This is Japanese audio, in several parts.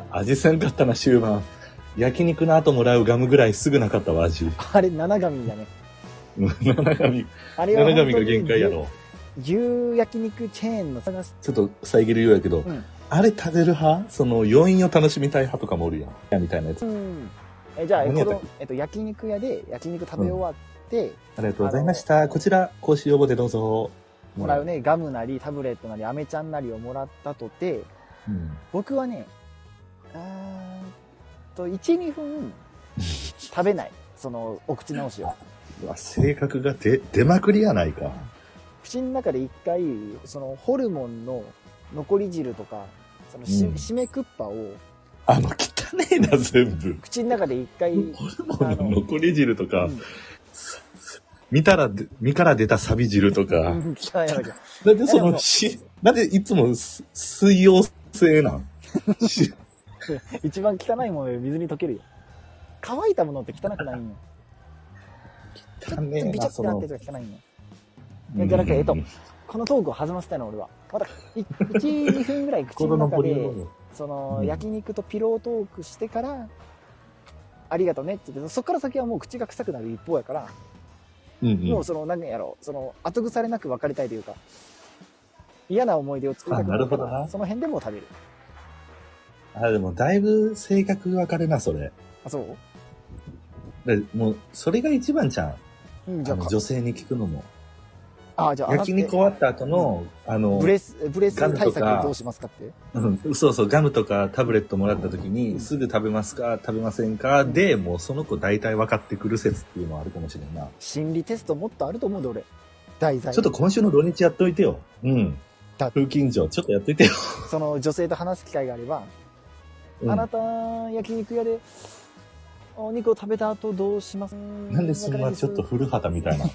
味せんかったな、終盤。焼肉の後もらうガムぐらいすぐなかったわ、味。 あれ、七神だね。 七神。 あれは七神が限界やろ。 牛焼肉チェーンの探す。 ちょっと遮るようやけど、あれ食べる派？その余韻を楽しみたい派とかもおるやん。みたいなやつ。 じゃあ、焼肉屋で焼肉食べ終わって、 ありがとうございました。こちら、講師応募でどうぞ。 もらうね、ガムなり、タブレットなり、アメちゃんなりをもらったとて、僕はね、1、2分食べない。その、お口直しを。 性格が出まくりやないか。 口の中で一回、その、ホルモンの残り汁とか、その締めクッパを、 汚ねえな、全部。 口の中で一回、 ホルモンの残り汁とか、身から出たサビ汁とか。なんでその、なんでいつも水溶性なん一番汚いもので水に溶けるよ。乾いたものって汚くないんよ。 汚ねえな、 ビチャってなってると汚いんよ。じゃなくて、このトークを弾ませたいの、俺は。また、1、2分ぐらい口の中で、その、焼肉とピロートークしてから、ありがとうねって言って、そっから先はもう口が臭くなる一方やから、もうその、何やろ、その、後腐れなく別れたいというか、嫌な思い出を作りたくなるから、その辺でも食べる。 でもだいぶ性格分かるな、それ。 あ、そうもう、それが一番じゃん。女性に聞くのも。じゃあ焼肉終わった後の、 ブレス対策どうしますかって？ そうそう、ガムとかタブレットもらった時に、すぐ食べますか、食べませんか、で、もうその子大体分かってくる説っていうのはあるかもしれんな。 心理テストもっとあると思うんで、俺。題材。 ちょっと今週の土日やっといてよ。風勤所、ちょっとやっといてよ。 その女性と話す機会があれば、あなた、焼肉屋で、お肉を食べた後どうします？ なんでそんなちょっと古畑みたいな。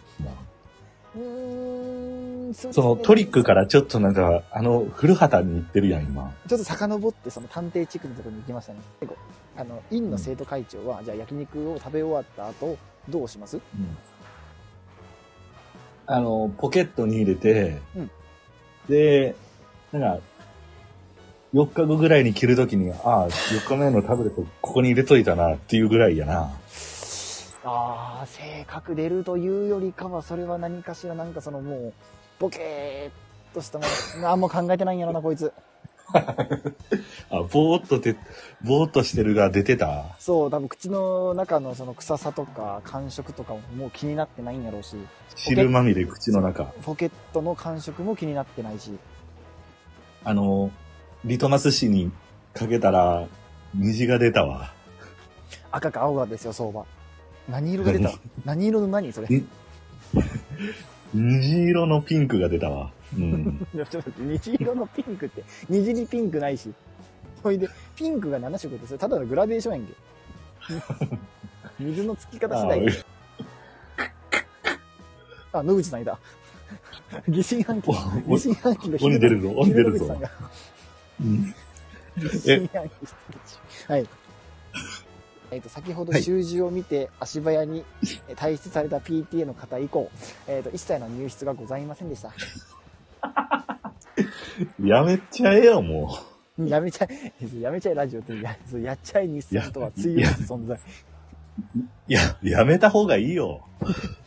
そのトリックからちょっとなんか、古畑に行ってるやん、今。 ちょっと遡って、その探偵地区のところに行きましたね。院の生徒会長は、じゃあ焼肉を食べ終わった後、どうします？ ポケットに入れて、で、なんか、4日後ぐらいに着るときに、4日目のタブレットここに入れといたなっていうぐらいやな。 性格出るというよりかは、それは何かしら、なんかそのもう、ボケーっとしたもの、何も考えてないんやろな、こいつ。 ぼーっとしてるが出てた。 そう、多分口の中のその臭さとか感触とかももう気になってないんやろうし。 汁まみれ口の中。 ポケットの感触も気になってないし。 リトマス紙にかけたら、虹が出たわ。 赤か青がですよ、相場。何色が出た？何色の何それ。 虹色のピンクが出たわ。 ちょっと待って、虹色のピンクって、虹にピンクないし。それで、ピンクが7色って、それただのグラデーションやんけ。水のつき方次第。野口さんいた。疑心暗鬼が鬼出るぞ、鬼出るぞ。 疑心暗鬼はい。先ほど習字を見て足早に退出された PTA の方以降、一切の入室がございませんでした。 やめちゃえよ、もう。やめちゃえラジオってやっちゃえ日数とは強い存在。 やめた方がいいよ。